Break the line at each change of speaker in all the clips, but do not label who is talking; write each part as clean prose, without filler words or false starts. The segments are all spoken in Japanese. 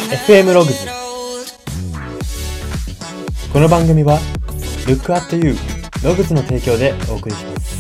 FM ログズ。この番組は Look at You ログズの提供でお送りします。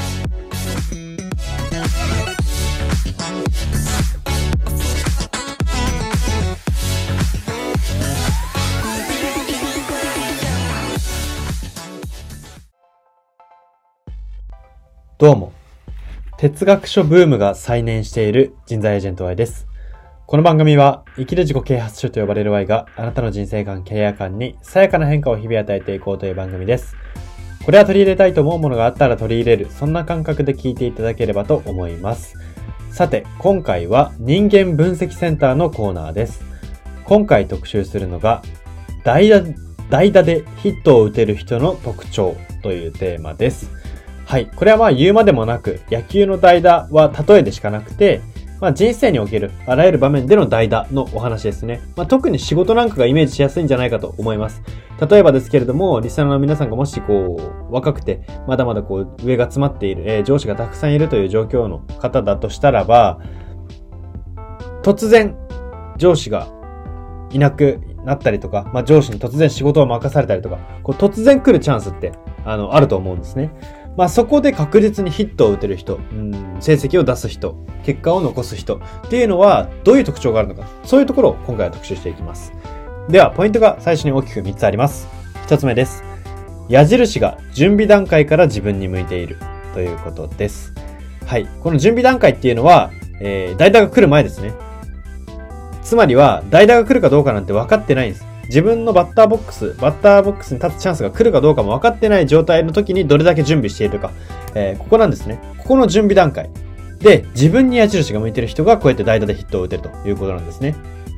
どうも、哲学書ブームが再燃している人材エージェント Y です。この番組は生きる自己啓発書と呼ばれる Y があなたの人生観、キャリア観にさやかな変化を日々与えていこうという番組です。これは取り入れたいと思うものがあったら取り入れる、そんな感覚で聞いていただければと思います。さて、今回は人間分析センターのコーナーです。今回特集するのが代打でヒットを打てる人の特徴というテーマです。はい。これは言うまでもなく、野球の代打は例えでしかなくて、人生におけるあらゆる場面での代打のお話ですね。特に仕事なんかがイメージしやすいんじゃないかと思います。例えばですけれども、リスナーの皆さんがもし若くて、まだまだ上が詰まっている、上司がたくさんいるという状況の方だとしたらば、突然、上司がいなくなったりとか、上司に突然仕事を任されたりとか、突然来るチャンスって、あると思うんですね。そこで確実にヒットを打てる人、成績を出す人、結果を残す人っていうのはどういう特徴があるのか、そういうところを今回は特集していきます。では、ポイントが最初に大きく3つあります。1つ目です。矢印が準備段階から自分に向いているということです。はい。この準備段階っていうのは、代打が来る前ですね。つまりは、代打が来るかどうかなんて分かってないんです。自分のバッターボックスに立つチャンスが来るかどうかも分かってない状態の時にどれだけ準備しているか。ここなんですね。ここの準備段階。で、自分に矢印が向いている人がこうやって代打でヒットを打てるということなんですね。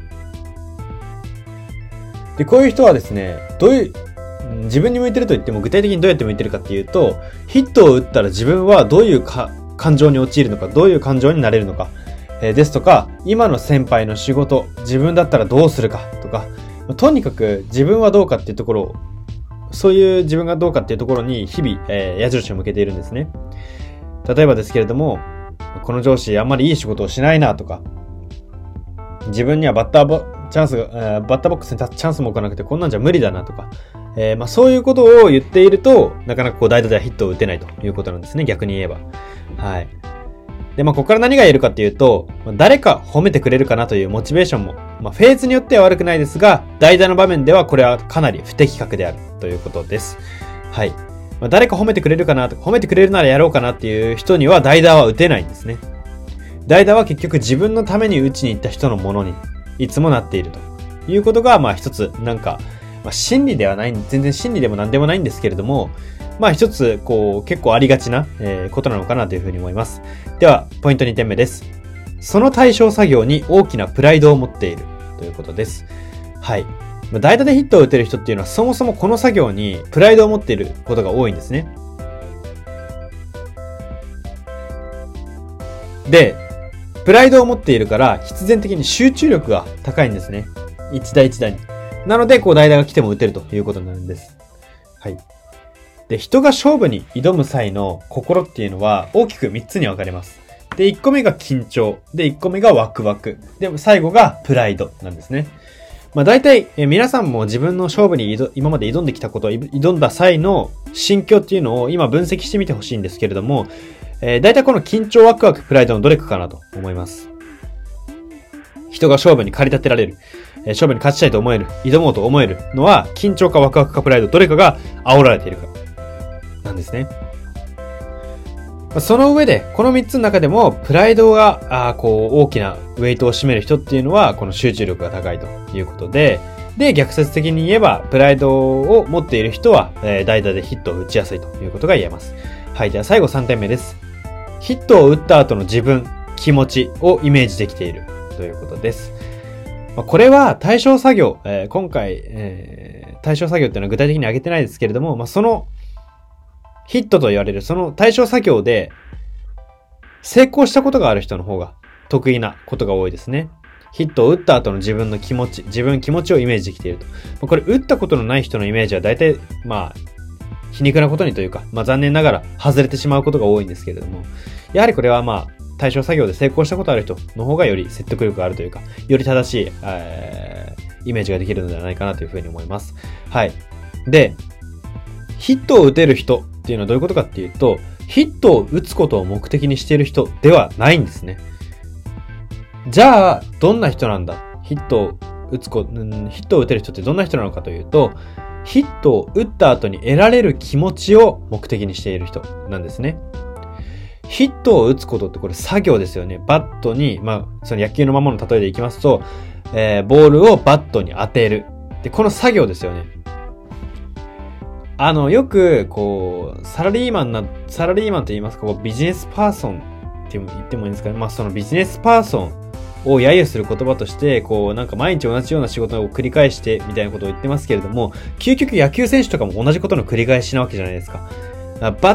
で、こういう人はですね、自分に向いてると言っても具体的にどうやって向いてるかっていうと、ヒットを打ったら自分はどういう感情に陥るのか、どういう感情になれるのか、ですとか、今の先輩の仕事、自分だったらどうするかとか、とにかく自分はどうかっていうところを、そういう自分がどうかっていうところに日々、矢印を向けているんですね。例えばですけれども、この上司あんまりいい仕事をしないなとか、自分にはバッターボックスに立つチャンスも置かなくてこんなんじゃ無理だなとか、そういうことを言っていると、なかなか代打ではヒットを打てないということなんですね。逆に言えば。はい。で、ここから何が言えるかっていうと、誰か褒めてくれるかなというモチベーションも、フェーズによっては悪くないですが、代打の場面ではこれはかなり不適格であるということです。はい。誰か褒めてくれるかなとか、褒めてくれるならやろうかなっていう人には代打は打てないんですね。代打は結局自分のために打ちに行った人のものにいつもなっているということが、一つ真理ではない、全然真理でも何でもないんですけれども、一つ、結構ありがちな、ことなのかなというふうに思います。では、ポイント2点目です。その対象作業に大きなプライドを持っているということです。はい。代打でヒットを打てる人っていうのは、そもそもこの作業にプライドを持っていることが多いんですね。で、プライドを持っているから、必然的に集中力が高いんですね。一打一打に。なので、代打が来ても打てるということになるんです。はい。で、人が勝負に挑む際の心っていうのは大きく3つに分かれます。で、1個目が緊張。で、1個目がワクワク。で、最後がプライドなんですね。大体、皆さんも自分の勝負に今まで挑んできたこと、挑んだ際の心境っていうのを今分析してみてほしいんですけれども、大体この緊張、ワクワク、プライドのどれかかなと思います。人が勝負に駆り立てられる。勝負に勝ちたいと思える。挑もうと思えるのは、緊張かワクワクかプライド、どれかが煽られているか。なんですね。その上で、この3つの中でも、プライドが、大きなウェイトを占める人っていうのは、この集中力が高いということで、逆説的に言えば、プライドを持っている人は、代打でヒットを打ちやすいということが言えます。はい、じゃあ最後3点目です。ヒットを打った後の自分、気持ちをイメージできているということです。これは対象作業、今回、対象作業っていうのは具体的に挙げてないですけれども、そのヒットと言われるその対象作業で成功したことがある人の方が得意なことが多いですね。ヒットを打った後の自分の気持ち、気持ちをイメージできていると。これ打ったことのない人のイメージは大体、皮肉なことにというか、残念ながら外れてしまうことが多いんですけれども、やはりこれは対象作業で成功したことある人の方がより説得力があるというか、より正しい、イメージができるのではないかなというふうに思います。はい。で、ヒットを打てる人っていうのはどういうことかっていうと、ヒットを打つことを目的にしている人ではないんですね。じゃあ、どんな人なんだ？ヒットを打てる人ってどんな人なのかというと、ヒットを打った後に得られる気持ちを目的にしている人なんですね。ヒットを打つことってこれ作業ですよね。バットに、その野球のままの例えでいきますと、ボールをバットに当てる。で、この作業ですよね。よく、サラリーマンと言いますか、ビジネスパーソンって言ってもいいんですかね。そのビジネスパーソンを揶揄する言葉として、毎日同じような仕事を繰り返して、みたいなことを言ってますけれども、究極野球選手とかも同じことの繰り返しなわけじゃないですか。バッ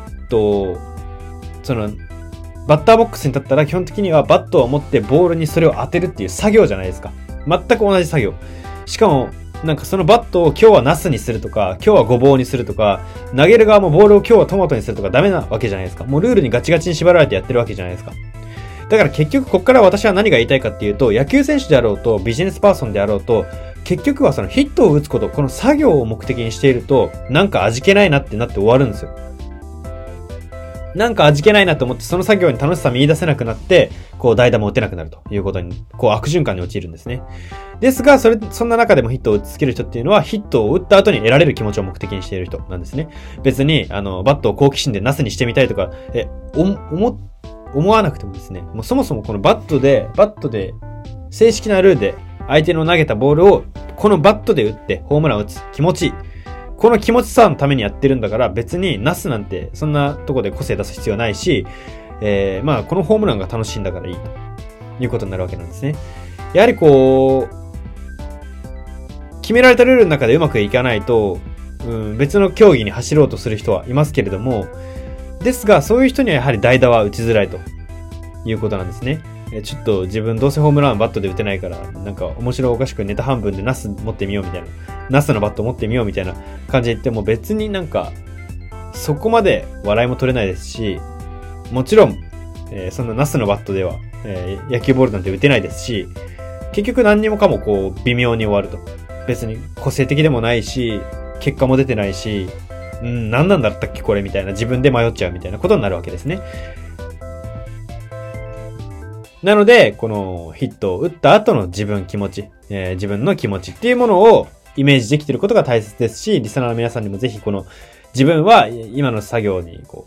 ターボックスに立ったら基本的にはバットを持ってボールにそれを当てるっていう作業じゃないですか。全く同じ作業。しかも、そのバットを今日はナスにするとか、今日はゴボウにするとか、投げる側もボールを今日はトマトにするとかダメなわけじゃないですか。もうルールにガチガチに縛られてやってるわけじゃないですか。だから結局ここから私は何が言いたいかっていうと、野球選手であろうと、ビジネスパーソンであろうと、結局はそのヒットを打つこと、この作業を目的にしていると、味気ないなってなって終わるんですよ。味気ないなと思って、その作業に楽しさ見出せなくなって、代打も打てなくなるということに、悪循環に陥るんですね。ですが、そんな中でもヒットを打ちつける人っていうのは、ヒットを打った後に得られる気持ちを目的にしている人なんですね。別に、バットを好奇心でナスにしてみたいとか、思わなくてもですね、もうそもそもこのバットで、正式なルールで相手の投げたボールを、このバットで打ってホームランを打つ気持ちいい。この気持ちさのためにやってるんだから、別にナスなんてそんなとこで個性出す必要ないし、このホームランが楽しいんだからいいということになるわけなんですね。やはり決められたルールの中でうまくいかないと、別の競技に走ろうとする人はいますけれども、ですがそういう人にはやはり代打は打ちづらいということなんですね。ちょっと自分どうせホームランバットで打てないから、面白おかしくネタ半分でナス持ってみようみたいな。ナスのバット持ってみようみたいな感じで言っても別にそこまで笑いも取れないですし、もちろん、そんなナスのバットでは、野球ボールなんて打てないですし、結局何にもかも微妙に終わると。別に個性的でもないし、結果も出てないし、何なんだったっけこれみたいな自分で迷っちゃうみたいなことになるわけですね。なので、このヒットを打った後の自分の気持ちっていうものをイメージできていることが大切ですし、リスナーの皆さんにもぜひ自分は今の作業を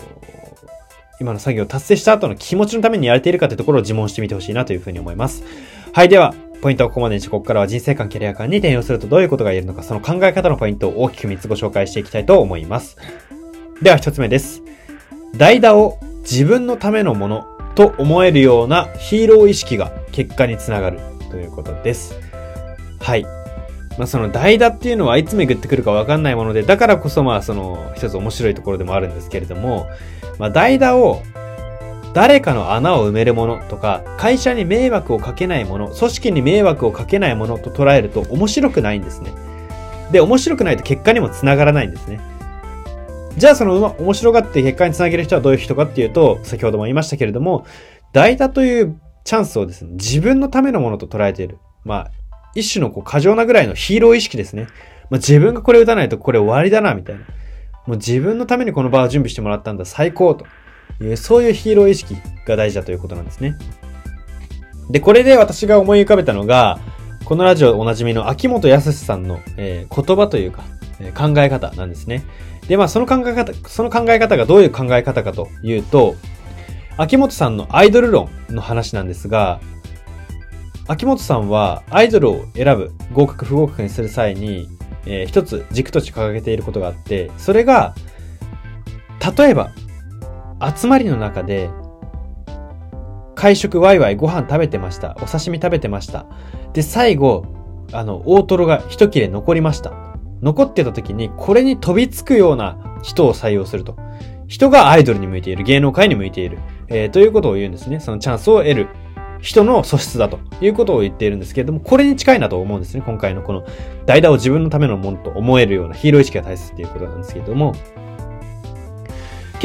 達成した後の気持ちのためにやれているかというところを自問してみてほしいなというふうに思います。はい、では、ポイントはここまでにして、ここからは人生観、キャリア観に転用するとどういうことが言えるのか、その考え方のポイントを大きく3つご紹介していきたいと思います。では1つ目です。代打を自分のためのものと思えるようなヒーロー意識が結果につながるということです。はい。その代打っていうのはいつ巡ってくるかわかんないもので、だからこそ一つ面白いところでもあるんですけれども、代打を誰かの穴を埋めるものとか、会社に迷惑をかけないもの、組織に迷惑をかけないものと捉えると面白くないんですね。で、面白くないと結果にもつながらないんですね。じゃあ面白がって結果につなげる人はどういう人かっていうと、先ほども言いましたけれども、代打というチャンスをですね、自分のためのものと捉えている。一種の過剰なぐらいのヒーロー意識ですね。自分がこれ打たないとこれ終わりだな、みたいな。もう自分のためにこの場を準備してもらったんだ、最高という、そういうヒーロー意識が大事だということなんですね。で、これで私が思い浮かべたのが、このラジオおなじみの秋元康さんの、言葉というか、考え方なんですね。で、その考え方がどういう考え方かというと、秋元さんのアイドル論の話なんですが、秋元さんはアイドルを選ぶ、合格不合格にする際に、一つ軸として掲げていることがあって、それが、例えば、集まりの中で、会食ワイワイご飯食べてました。お刺身食べてました。で、最後、大トロが一切れ残りました。残ってた時に、これに飛びつくような人を採用すると。人がアイドルに向いている、芸能界に向いている、ということを言うんですね。そのチャンスを得る人の素質だということを言っているんですけれども、これに近いなと思うんですね。今回のこの代打を自分のためのものと思えるようなヒーロー意識が大切っていうことなんですけれども、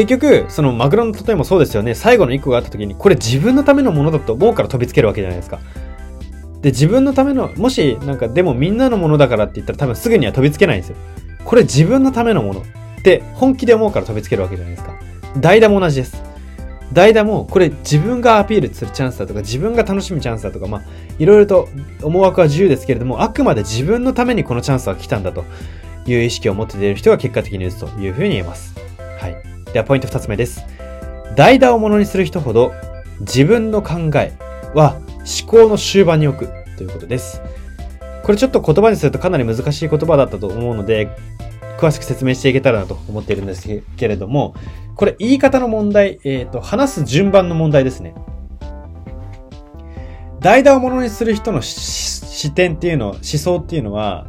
結局、そのマグロの例えもそうですよね。最後の1個があった時に、これ自分のためのものだと思うから飛びつけるわけじゃないですか。で、自分のための、もし、でもみんなのものだからって言ったら多分すぐには飛びつけないんですよ。これ自分のためのものって本気で思うから飛びつけるわけじゃないですか。代打も同じです。代打も、これ自分がアピールするチャンスだとか、自分が楽しむチャンスだとか、いろいろと思惑は自由ですけれども、あくまで自分のためにこのチャンスは来たんだという意識を持っている人が結果的に打つというふうに言えます。はい。では、ポイント2つ目です。代打をものにする人ほど、自分の考えは思考の終盤に置くということです。これちょっと言葉にするとかなり難しい言葉だったと思うので、詳しく説明していけたらなと思っているんですけれども、これ言い方の問題、話す順番の問題ですね。代打をものにする人の視点っていうの、思想っていうのは、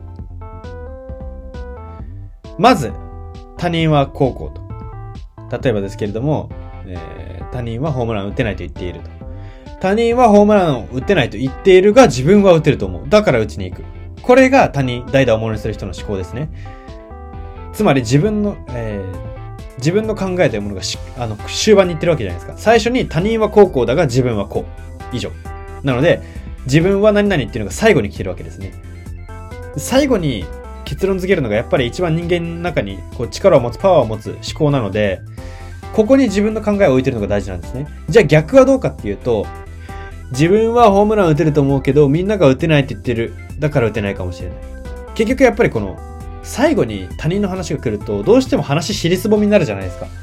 まず、他人はこうこうと。例えばですけれども、他人はホームランを打てないと言っていると。他人はホームランを打てないと言っているが自分は打てると思う。だから打ちに行く。これが代打をものにする人の思考ですね。つまり自分の考えというものが終盤に行ってるわけじゃないですか。最初に他人はこうこうだが自分はこう。以上。なので、自分は何々っていうのが最後に来てるわけですね。最後に結論付けるのがやっぱり一番人間の中に力を持つ、パワーを持つ思考なので、ここに自分の考えを置いてるのが大事なんですね。じゃあ逆はどうかっていうと、自分はホームラン打てると思うけど、みんなが打てないって言ってる。だから打てないかもしれない。結局やっぱり最後に他人の話が来ると、どうしても話尻すぼみになるじゃないですか。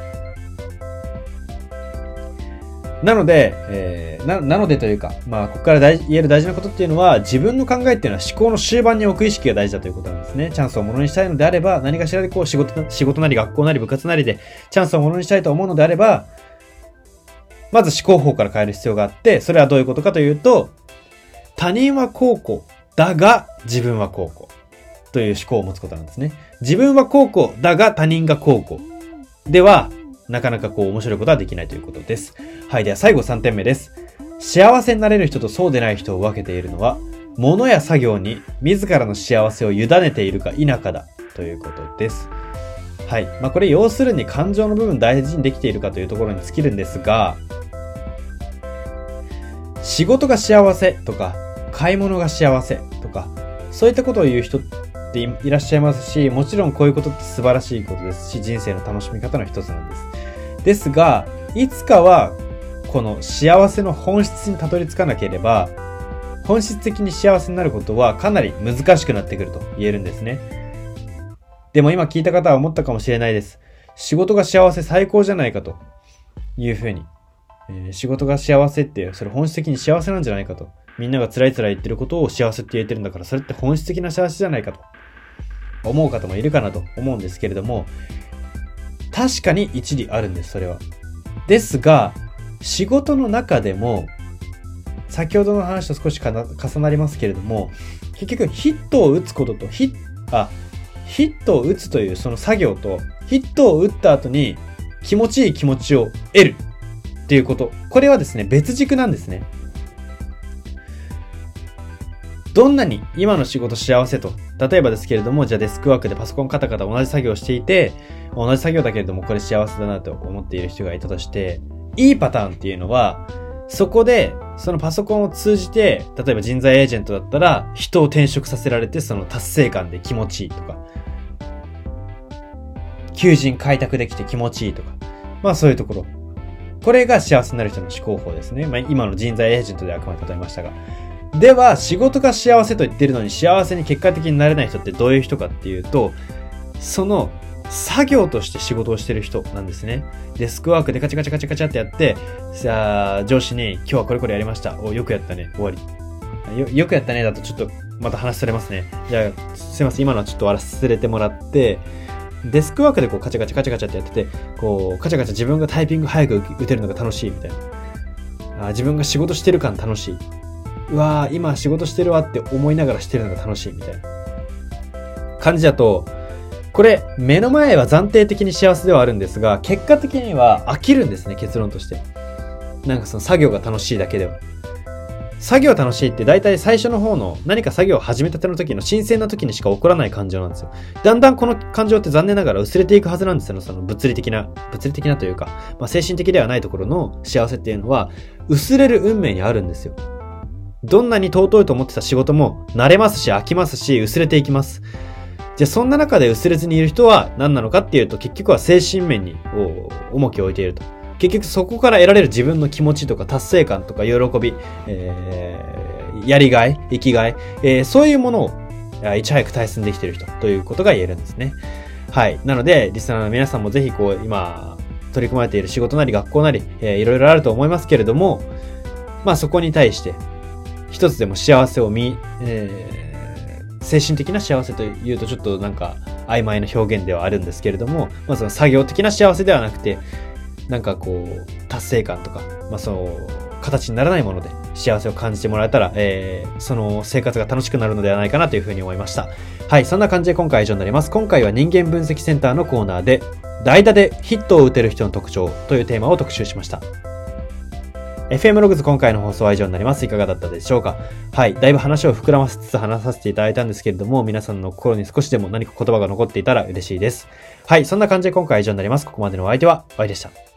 なので、なのでというか、ここから言える大事なことっていうのは、自分の考えっていうのは思考の終盤に置く意識が大事だということなんですね。チャンスをものにしたいのであれば、何かしらで仕事なり学校なり部活なりで、チャンスをものにしたいと思うのであれば、まず思考法から変える必要があって、それはどういうことかというと、他人はこうこう、だが自分はこうこう、という思考を持つことなんですね。自分はこうこう、だが他人がこうこう。では、なかなか面白いことはできないということです。はい。では最後3点目です。幸せになれる人とそうでない人を分けているのは、物や作業に自らの幸せを委ねているか否かだということです。はい。これ要するに感情の部分大事にできているかというところに尽きるんですが、仕事が幸せとか、買い物が幸せとか、そういったことを言う人っていらっしゃいますし、もちろんこういうことって素晴らしいことですし、人生の楽しみ方の一つなんです。ですが、いつかは、この幸せの本質にたどり着かなければ、本質的に幸せになることはかなり難しくなってくると言えるんですね。でも今聞いた方は思ったかもしれないです。仕事が幸せ最高じゃないかというふうに。仕事が幸せって、それ本質的に幸せなんじゃないかと。みんなが辛い言ってることを幸せって言えてるんだから、それって本質的な幸せじゃないかと思う方もいるかなと思うんですけれども、確かに一理あるんです、それは。ですが、仕事の中でも、先ほどの話と少し重なりますけれども、結局ヒットを打つことと、ヒットを打つというその作業と、ヒットを打った後に気持ちいい気持ちを得るっていうこと。これはですね、別軸なんですね。どんなに今の仕事幸せと、例えばですけれども、じゃあデスクワークでパソコンカタカタ同じ作業をしていて、同じ作業だけれどもこれ幸せだなと思っている人がいたとして、いいパターンっていうのは、そこでそのパソコンを通じて、例えば人材エージェントだったら人を転職させられてその達成感で気持ちいいとか、求人開拓できて気持ちいいとか、そういうところ。これが幸せになる人の思考法ですね。今の人材エージェントであくまで例えましたが。では、仕事が幸せと言っているのに幸せに結果的になれない人ってどういう人かっていうと、その作業として仕事をしている人なんですね。デスクワークでカチャカチャカチャカチャってやって、上司に今日はこれこれやりました。よくやったね。終わり。よくやったねだとちょっとまた話されますね。じゃあ、すいません。今のはちょっと忘れてもらって、デスクワークでカチャカチャカチャカチャってやってて、カチャカチャ自分がタイピング早く打てるのが楽しいみたいな。自分が仕事してる感楽しい。うわー、今仕事してるわって思いながらしてるのが楽しいみたいな感じだと、これ目の前は暫定的に幸せではあるんですが、結果的には飽きるんですね、結論として。その作業が楽しいだけでは。 作業楽しいって大体最初の方の何か作業を始めたての時の新鮮な時にしか起こらない感情なんですよ。だんだんこの感情って残念ながら薄れていくはずなんですよ。その物理的なというか、精神的ではないところの幸せっていうのは薄れる運命にあるんですよ。どんなに尊いと思ってた仕事も慣れますし飽きますし薄れていきます。じゃあそんな中で薄れずにいる人は何なのかっていうと、結局は精神面に重きを置いていると。結局そこから得られる自分の気持ちとか達成感とか喜び、やりがい、生きがい、そういうものをいち早く大切にできている人ということが言えるんですね。はい。なので、リスナーの皆さんもぜひ今、取り組まれている仕事なり学校なり、いろいろあると思いますけれども、そこに対して、一つでも幸せを精神的な幸せというとちょっとなんか曖昧な表現ではあるんですけれども、その作業的な幸せではなくて、なんか達成感とか、その形にならないもので幸せを感じてもらえたら、その生活が楽しくなるのではないかなというふうに思いました。はい、そんな感じで今回は以上になります。今回は人間分析センターのコーナーで、代打でヒットを打てる人の特徴というテーマを特集しました。FM ログズ今回の放送は以上になります。いかがだったでしょうか。はい。だいぶ話を膨らませつつ話させていただいたんですけれども、皆さんの心に少しでも何か言葉が残っていたら嬉しいです。はい。そんな感じで今回は以上になります。ここまでのお相手は、Yでした。